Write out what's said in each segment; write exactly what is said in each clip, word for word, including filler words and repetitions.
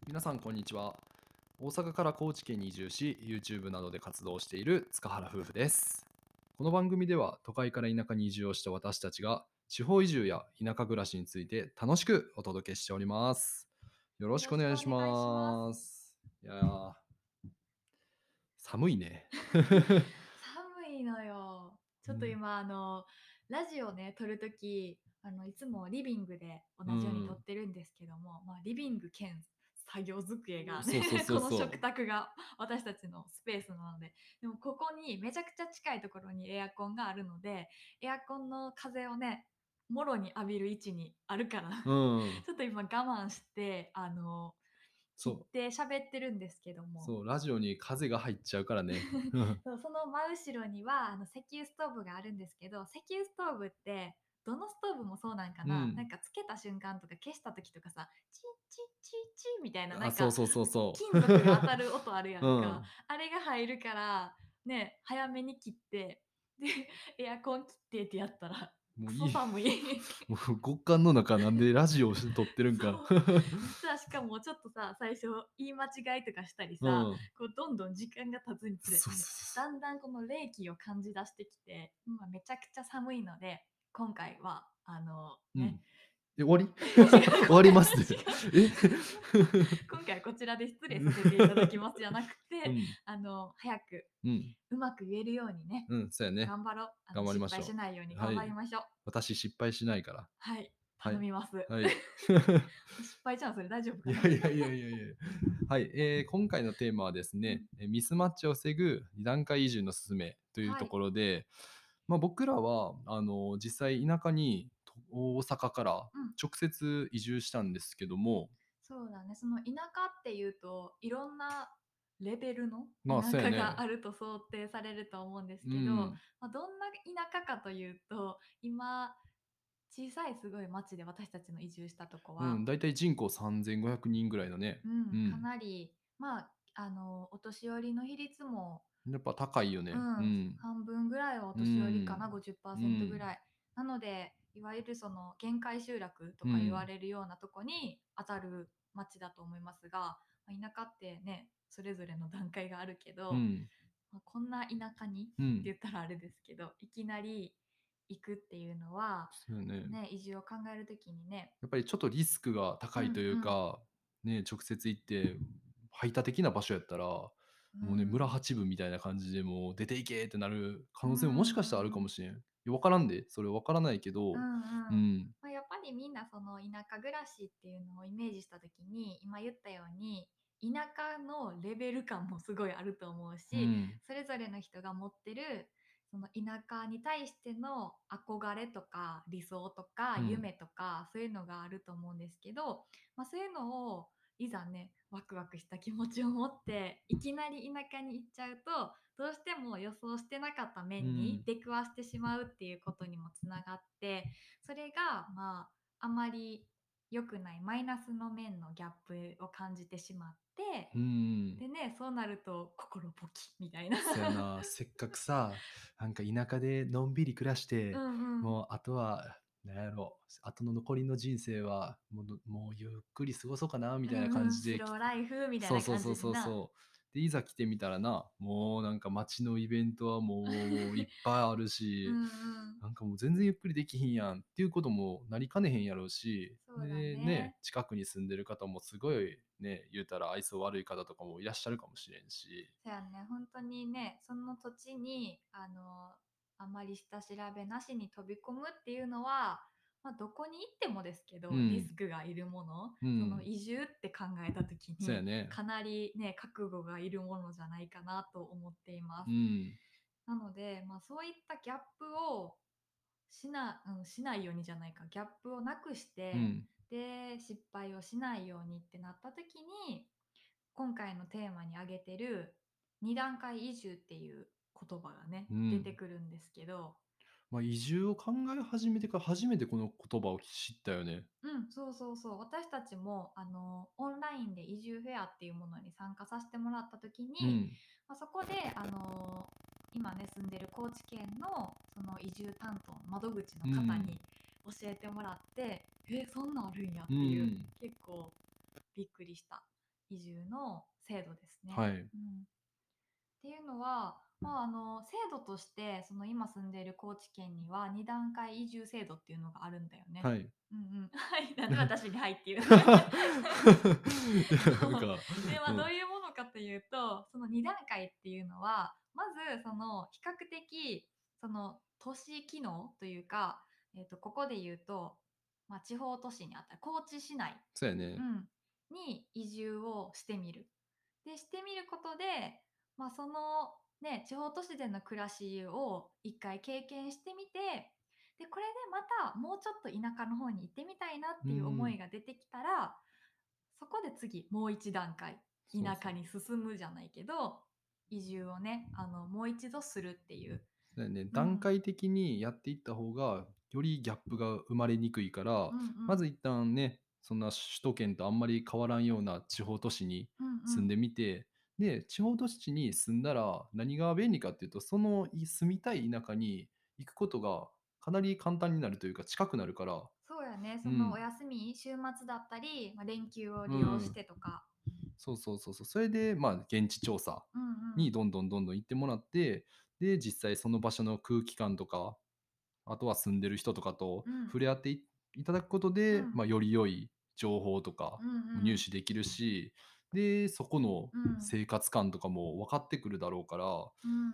皆さんこんにちは。大阪から高知県に移住し YouTube などで活動している塚原夫婦です。この番組では都会から田舎に移住をした私たちが地方移住や田舎暮らしについて楽しくお届けしております。よろよろしくおしくお願いし願いします。 ます。いやー寒いね。 寒いのよ。ちょっとうん、 今、あの、ラジオね、撮るとき、あの、いつもリビングで同うじように撮っん、 てるんですけども、まあ、リビング兼作業机がね、 そうそうそこのうそ食卓が私たちのスペースなので、でもここにめちゃくちゃ近いところにエアコンがあるので、エアコンの風をね、もろに浴びる位置にあるからう。うん、 ちょっと今我慢して、あの、切そうって喋ってるんですけども、 そう、ラジオに風が入っちゃうからね。うん、 そう、その真後ろにはあの石油ストーブがあるんですけど、石油ストーブってどのストーブもそうなんかな、なんかつけた瞬間とか消した時とかさ、チッチッチッチッみたいな、なあ、 んかそうそうそうそ金属が当たる音あるやう。 んか。 うん。 あれが入るからね、早めに切って、でエアコン切ってってやったらクもういい。 ソ寒い。 もう極寒の中なんでラジオを撮ってるんか。 そう。実はしかもちょっとさ、最初言い間違いとかしたりさ、 うん。 こうどんどん時間が経つにつれそうそうて、 そだんだんこの冷気を感じ出してきて、今めちゃくちゃ寒いので、今回はあのう。うね、 ん。え、終わり？ 違う、 終わり今回は違う。 ますって。え？ 今回はこちらで失礼させていただきますじゃなくて、 うん。 あの早くうん。 うまく言えるようにね、 うん、そうやね。 頑張ろう。あの失敗し頑張りましょないようにう。はい。 頑張りましょう。 私失敗しないから。 はい、 はい。 頼みます。 はい。 失敗じゃん、それ大丈夫かな。 いやいやいやいやいや。はい、えー今回のテーマはですね、 うん、 えミスマッチを防ぐに段階移住のすすめというとはい。 ころで、まあ、僕らはあの実際田舎にと大阪からうん。 直接移住したんですけども、 そうだね。その田舎っていうと、いろんなレベルのまあそうや田舎がね。 あると想定されると思うんですけど、 うん、 まあ、どんな田舎かというと、今、小さいすごい町で私たちの移住したとこは、 うん、だいたい人口さんぜんごひゃくにんぐらいのね。 うん、かうん。 なり、まあ、あの、お年寄りの比率も、 やっぱ高いよね。ううん、 ん。 半分ぐらいはおう年寄りかな、 ん。うごじゅっパーセントぐん。 らい。なので、いわゆるその限界集落とか言わうん。 れるようなとこに当たる町だと思いますが、まあ田舎ってね、それぞれの段階があるけど、 うん。 まあ、こんな田舎にってうん。 言ったらあれですけど、いきなり行くっていうのは、 そうよね。 ね、移住を考えるときにね、 やっぱりちょっとリスクが高うんいといううんか、ね、直接行って排他的な場所やったら、もううね、村ん八分みたいな感じでもう出ていけってなる可うんう能性ももしかしたらあるかもんしれん。いや、わからんで、それわからないけど、 うんうん。 うん、 まあ、やっぱりみんなその田舎暮らしっていうのをイメージした時に今言ったように田舎のレベル感もすごいあると思うし、 うん、 それぞれの人が持ってるその田舎に対しての憧れとか理想とかうん、 夢とかそういうのがあると思うんですけど、まあ、そういうのをいざねワクワクした気持ちを持っていきなり田舎に行っちゃうとどうしても予想してなかった面にうん、 出くわしてしまうっていうことにもつながって、それがまああまり良くないマイナスの面のギャップを感じてしまって、 うん。 でね、そうなると心ポキみたいな。 そやな、せっかくさ、なんか田舎でのんびり暮らしうて、 んうん。 もうあとは、なんやろ、後の残りの人生はもうどもうゆっくり過ごそうかなみたいなうんうん、 感じできスローライフみたいな感そうそうそうじにな。 そうそう。で、いざ来てみたらな、もうなんか街のイベントはもういっぱいあるうんし、 うん。 なんかもう全然ゆっくりできひんやんっていうこともなりかねへんやろうし、 そうだで、ね、 ね。 近くに住んでる方もすごいね、言うたら愛想悪い方とかもいらっしゃるかもしれんし、 そうやね、本当にね、その土地にあのあまり下調べなしに飛び込むっていうのは、まあ、どこに行ってもですけどリスうん、 クがいるもの、そのうん、 移住って考えた時にそうやね。 かなりね覚悟がいるものじゃないかなと思っています。 うん、 なので、まあ、そういったギャップをしな、うん、しないようにじゃないか、ギャップをなくしてうん、 で失敗をしないようにってなった時に、今回のテーマに挙げてるに段階移住っていう言葉がね出てうん。 くるんですけど、 まあ、移住を考え始めてから初めてこの言葉を知ったよね。 うん、そうそうそう、私たちもあのオンラインで移住フェアっていうものに参加させてもらった時に、 うん、 まあ、そこであの今ね住んでる高知県のその移住担当の窓口のうん、 方に教えてもらって、えそんなんあるんやうっていう、 ん、 結構びっくりした移住の制度ですね。 はい。 うん、っていうのは、まあ、あの制度としてその今住んでいる高知県にはに段階移住制度っていうのがあるんだよね。 はい。 うんうん、はい、なんで私に「はい」っていういね。 や、なんそう。 か、 で、まあ、 うん。 どういうものかというと、そのに段階っていうのは、まずその比較的その都市機能というか、えっと、ここで言うと、まあ、地方都市にあったら高知市内、 そうやね。 うん、に移住をしてみる。で、してみることで、まあ、そのね、地方都市での暮らしを一回経験してみて、で、これでまたもうちょっと田舎の方に行ってみたいなっていう思うん。 いが出てきたら、そこで次もう一段階そうそう。 田舎に進むじゃないけど、移住をね、あのもう一度するっていう。 そうやね。 うん、 段階的にやっていった方が、よりギャップが生まれにくいから、 うんうん、 まず一旦ね、そんな首都圏とあんまり変わらんような地方都市にうんうん、 住んでみて、で、地方都市に住んだら何が便利かっていうと、そのい住みたい田舎に行くことがかなり簡単になるというか、近くなるから、 そうやね。そのおうん、 休み週末だったり、まあ、連休を利用しうん、 てとか。 そうそうそうそう。それで、まあ、現地調査うんうん、 にどんどんどんどん行ってもらって、で、実際その場所の空気感とか、あとは住んでる人とかとうん触れ合っていいただくことで、 うん、 まあ、より良い情報とかうんうも入ん手できるし、で、そこのうん生活感とかも分かってくるだろうから、 うんうん、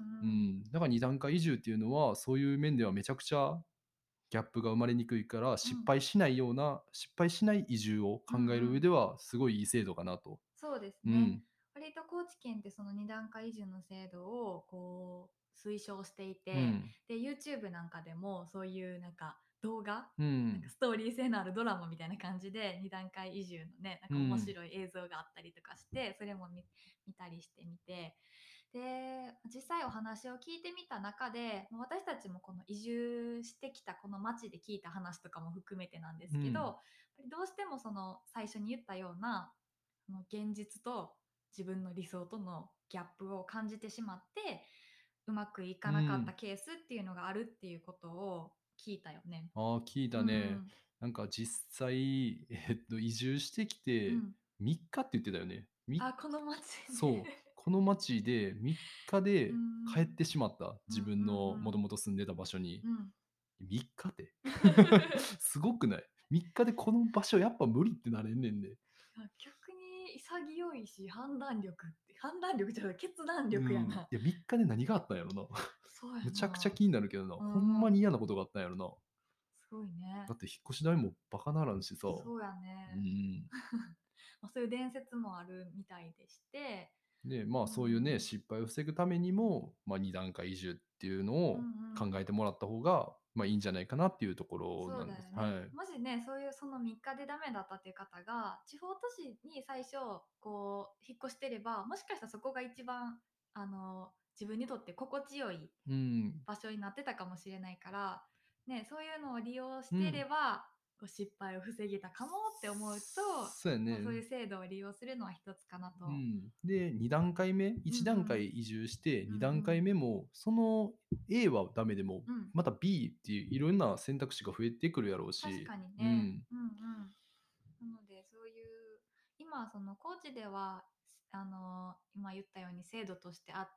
うん、だからに段階移住っていうのは、そういう面ではめちゃくちゃギャップが生まれにくいから、失うん、 敗しないような、失敗しない移住をうんう考える上ん。 では、すごいいい制度かなと。 そうですね。 うん。 割と高知県ってそのに段階移住の制度をこう推奨していて、 うん。 で YouTube なんかでもそういうなんか動画、 うん。 なんかストーリー性のあるドラマみたいな感じでに段階移住のね、なんか面うん。 白い映像があったりとかして、それも見見たりしてみて、で実際お話を聞いてみた中で、まあ私たちもこの移住してきたこの町で聞いた話とかも含めてなんですけど、やうん。 っぱりどうしてもその最初に言ったようなその現実と自分の理想とのギャップを感じてしまって、うまくいかなかったうん。 ケースっていうのがあるっていうことを聞いたよね。 ああ、聞いたね。 うん、 なんか実際、えっと、移住してきてうん。 みっかって言ってたよね。みあ、この街そう、 で。 この町でみっかうで帰っん、 てしまった。 うん、うん、 自分のもとうん。 もと住んでた場所に。 うん。 みっかですごくない？ みっ 日でこの場所やっぱ無理ってなれんねんで。 いや、逆に潔いし、判断力って判断力じゃない、決断うん。 力やな。 いや、みっかで何があったんやろな。 そうやむちゃくちゃな。 気になるけどな。 うほんまにん。 嫌なことがあったんやろな。 すごいね。 だって引っ越し代もバカならんしさ。 そうやうね。 ん。 まあ、そういう伝説もあるみたいでして、 で、まあ、 うそういうね、 ん、 失敗を防ぐためにも、まあ、に段階移住っていうのうんうを考ん。 えてもらった方が、まあ、いいんじゃないかなっていうところそうなんです。はだよね。 い。 もしね、そういうそのみっかでダメだったっていう方が、地方都市に最初、こう、引っ越してれば、もしかしたらそこが一番、あの、自分にとって心地よいうん。 場所になってたかもしれないから、ね、そういうのを利用してれうん。 ば、こう失敗を防げたかもって思うと、 そうやね。 まあ、そういう制度を利用するのは一つかなと。 うん。で、に段階目、 うんういち段ん。 階移住して、 うんうに段階ん。 目も、その A はダメでも、 うん。 また B っていういろんな選択肢が増えてくるやろうし、 確かにね。 うん。 うんうん。なので、そういう、今、その高知では、あの、今言ったように制度としてあって、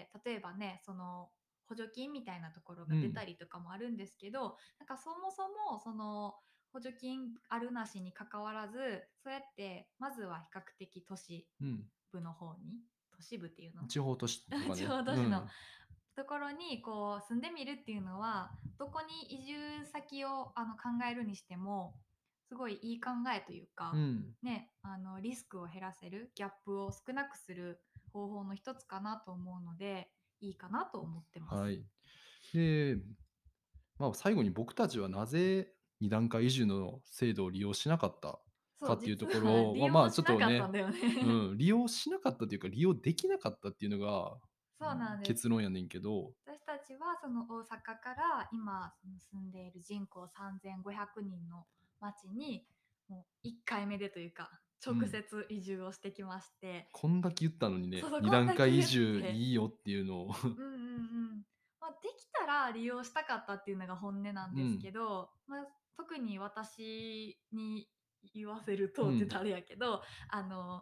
例えばね、その、補助金みたいなところが出うん。 たりとかもあるんですけど、なんかそもそも、その、補助金あるなしに関わらず、そうやって、まずは比較的都市うん。 部の方に、都市部っていうの地方都市とか地ね。 方都市のうん。 ところにこう住んでみるっていうのは、どこに移住先をあの考えるにしてもすごいいい考えというか、 うん。 ね、あのリスクを減らせる、ギャップを少なくする方法の一つかなと思うので、いいかなと思ってます。 はい。で、まあ、最後に僕たちはなぜに段階移住の制度を利用しなかったそう、 かっていうと実はころは、まあ、ちょ利用しっとね、 なかったんだようね。 ん、利用しなかったというか、利用できなかったっていうのが、うそうなんん、 です。 結論やねんけど、 私たちはその大阪から今その住んでいる人口さんぜんごひゃくにんの町にもういっかいめでというか直うん、 接移住をしてきまして、 こんだけ言ったのにね、 そうそう、 にこん段階移だけ言っ住て、 いいよっていうのを、 うんうんうん、まあ、できたら利用したかったっていうのが本音なんですうん、 けど、まあ、特に私に言わせるとって言ったうん、 らあれやけど、あの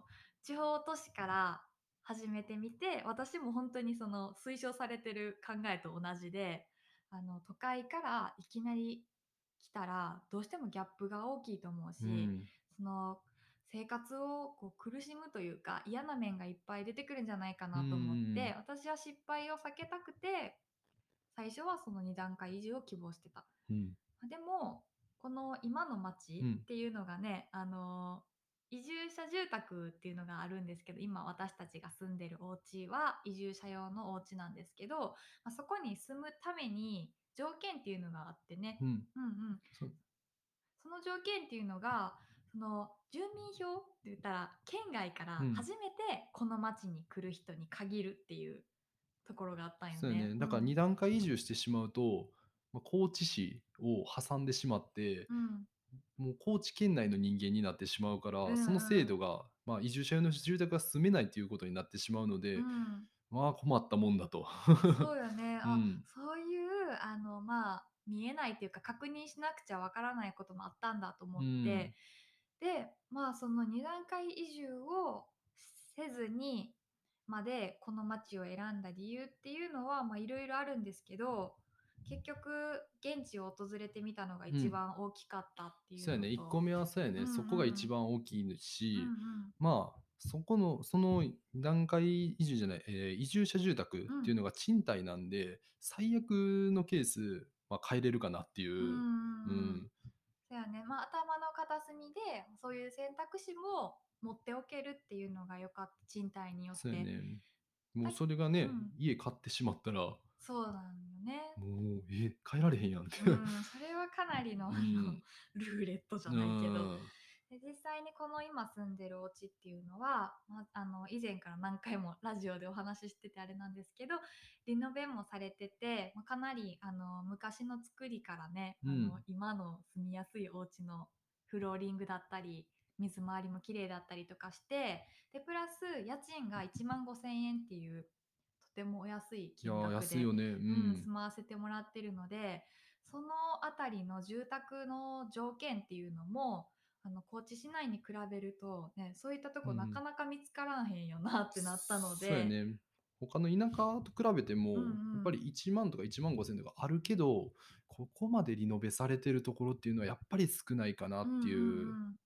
地方都市から始めてみて、私も本当にその推奨されてる考えと同じで、あの都会からいきなり来たら、どうしてもギャップが大きいと思うし、 うん。 その生活をこう苦しむというか、嫌な面がいっぱい出てくるんじゃないかうんうなと思って、 ん私は失敗を避けたくて、最初はそのに段階移住を希望してた。 うん。 でも、この今のうん。 町っていうのがね、あの、移住者住宅っていうのがあるんですけど、今私たちが住んでるお家は移住者用のお家なんですけど、まあ、そこに住むために条件っていうのがあってね。 うん。 うんうん。 そその条件っていうのが、その住民票って言ったら、県外からうん。 初めてこの町に来る人に限るっていうところがあったんよね。 そうやね。だからうん。 に段階移住してしまうと、まあ、高知市を挟んでしまって、 うん。 もう高知県内の人間になってしまうかうんら、その制うん。 度が、まあ、移住者用の住宅が住めないということになってしまうのうで、 ん。 まあ困ったもんだと。 そうよね。あ、 うん。 そういう、あの、まあ、見えないっていうか、確認しなくちゃわからないこともあったんだと思うって、 ん。 で、まあ、そのに段階移住をせずにまで、この町を選んだ理由っていうのは、まあ、いろいろあるんですけど、結局現地を訪れてみたのが一うん。 番大きかったっていうそうやね、1 のと、 個目はそうやね、 うんうそこが一ん。 番大きいうんうし、 ん。 まあ、そこの、その段階移住じゃない、えー移住者住宅うん。 っていうのが賃貸なんで、最悪のケース、まあ、変えれるかなっていうんうんう。ううん。 ん、 そやね、まあ、頭の片隅で、そういう選択肢も持っておけるっていうのが良かった、賃貸によって。 そうやね。もだうそれがね、 うん、 家買ってしまったら、もそうなんよね。 う、え、変えられへんやんって。 うん、それはかなりの、あうの、 ん、 ルーレットじゃうないけど。 ん、 で、実際にこの今住んでるお家っていうのは、ま、あの、以前から何回もラジオでお話ししててあれなんですけど、リノベもされてて、ま、かなり、あの、昔の作りからね、あの、 うん、 今の住みやすいお家のフローリングだったり、水回りも綺麗だったりとかして、で、プラス家賃がいちまんごせんえんっていう、とてもお安い金いやー、 額で、 安いよね。ううん、 ん、 住まわせてもらってるので、そのあたりの住宅の条件っていうのも、あの高知市内に比べると、ね、そういったとこなかうん。 なか見つからんへんよなってなったので、 そうやね。他の田舎と比べてうんうも、やっぱん。 りいちまんとかいちまんごせんとかあるけど、ここまでリノベされてるところっていうのはやっぱり少ないかなってうんうんういう。 ん。 うん。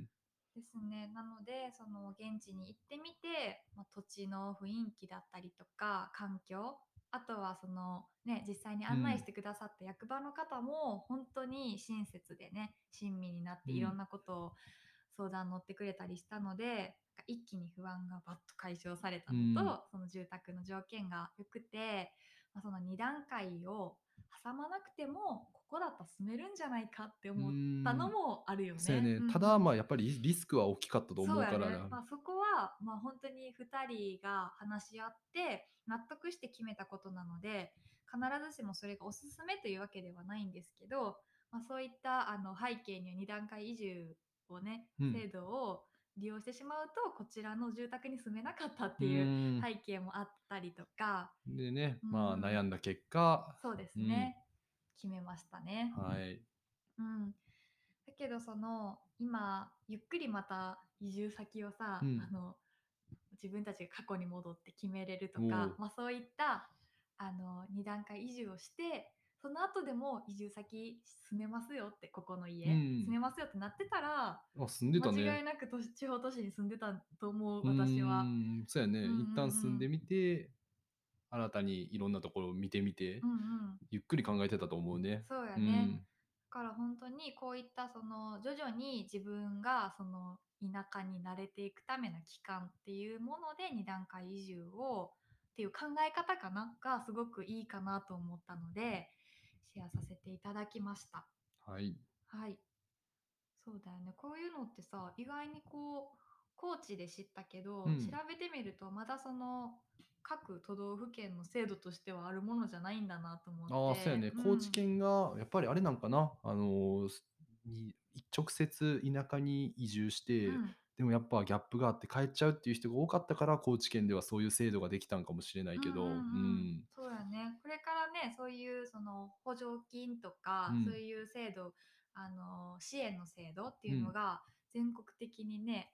ですね。なので、その現地に行ってみて、まあ、土地の雰囲気だったりとか、環境、あとはそのね、実際に案内しうん。 てくださった役場の方も本当に親切でね、親身になっていろんうん。 なことを相談乗ってくれたりしたので、一気に不安がバッと解消されたうん。 のと、その住宅の条件が良くて、まあ、そのに段階を挟まなくても、ここだったら住めるんじゃないかってう思ったのん。 もあるよね。 そうやね。 うんうただ、 ん。 まあ、やっぱりリリスクは大きかったとそうやね。 思うからな。 まあ、そこは、まあ、本当にふたりが話し合って納得して決めたことなので、必ずしもそれがおすすめというわけではないんですけど、まあ、そういったあの背景にはに段階移住をね、 うん。 制度を利用してしまうと、こちらの住宅に住めなかったっうていうん。 背景もあったりとか、 でね、 うまあ、悩ん、 んだ結果、 そうでうん。 すね、決めましたね。 はい。 うん。だけどその、今ゆっくりまた移住先をさ、あうん。 の自分たちが過去に戻って決めれるとおか、 お。 まあ、そういったあのに段階移住をして、その後でも移住先住めますよって、ここの家住うん。 めますよってなってたら、 あ、住んでたね。 間違いなく都市地方都市に住んでたと思う、 うー私は。 ん、そうやね。 うんうんう一旦住んでん。 みて、新たにいろんなところを見てみて、 うんうん。 ゆっくり考えてたと思うね。 そうやね。 うん。 だから本当にこういったその徐々に自分がその田舎に慣れていくための期間っていうものでに段階移住をっていう考え方かながすごくいいかなと思ったので、シェアさせていただきました。 はい。 はい。そうだよね。こういうのってさ、意外にこう、高知で知ったけど、調うん。 べてみるとまだその各都道府県の制度としてはあるものじゃないんだなと思っああ、そうやて、 ね。 うん。 高知県がやっぱりあれなんかな、あの、すに直接田舎に移住して、 うん。 でもやっぱギャップがあって帰っちゃうっていう人が多かったから、高知県ではそういう制度ができたんかもしれないうんうんけど、ううん。 ん。 そうやね。これからね、そういうその補助金とか、そううん。 いう制度、あの、支援の制度ってうん。 いうのが全国的にね、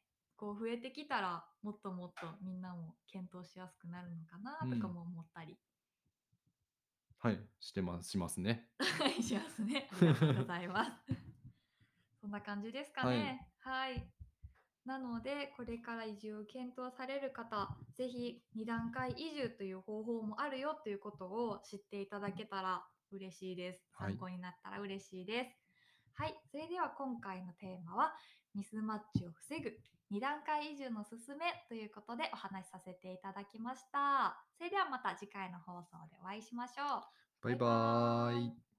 こう増えてきたらもっともっとみんなも検討しやすくなるのかなとかも思ったり、 はい、してますしますね。 はいしますね。ありがとうございます。そんな感じですかはい。 ね。はい。なので、これから移住を検討される方、ぜひに段階移住という方法もあるよということを知っていただけたら嬉しいです。 はい。 参考になったら嬉しいです。はい、それでは今回のテーマはミスマッチを防ぐに段階移住のすすめということでお話しさせていただきました。それではまた次回の放送でお会いしましょう。 バイバイババーイ。 ーイ。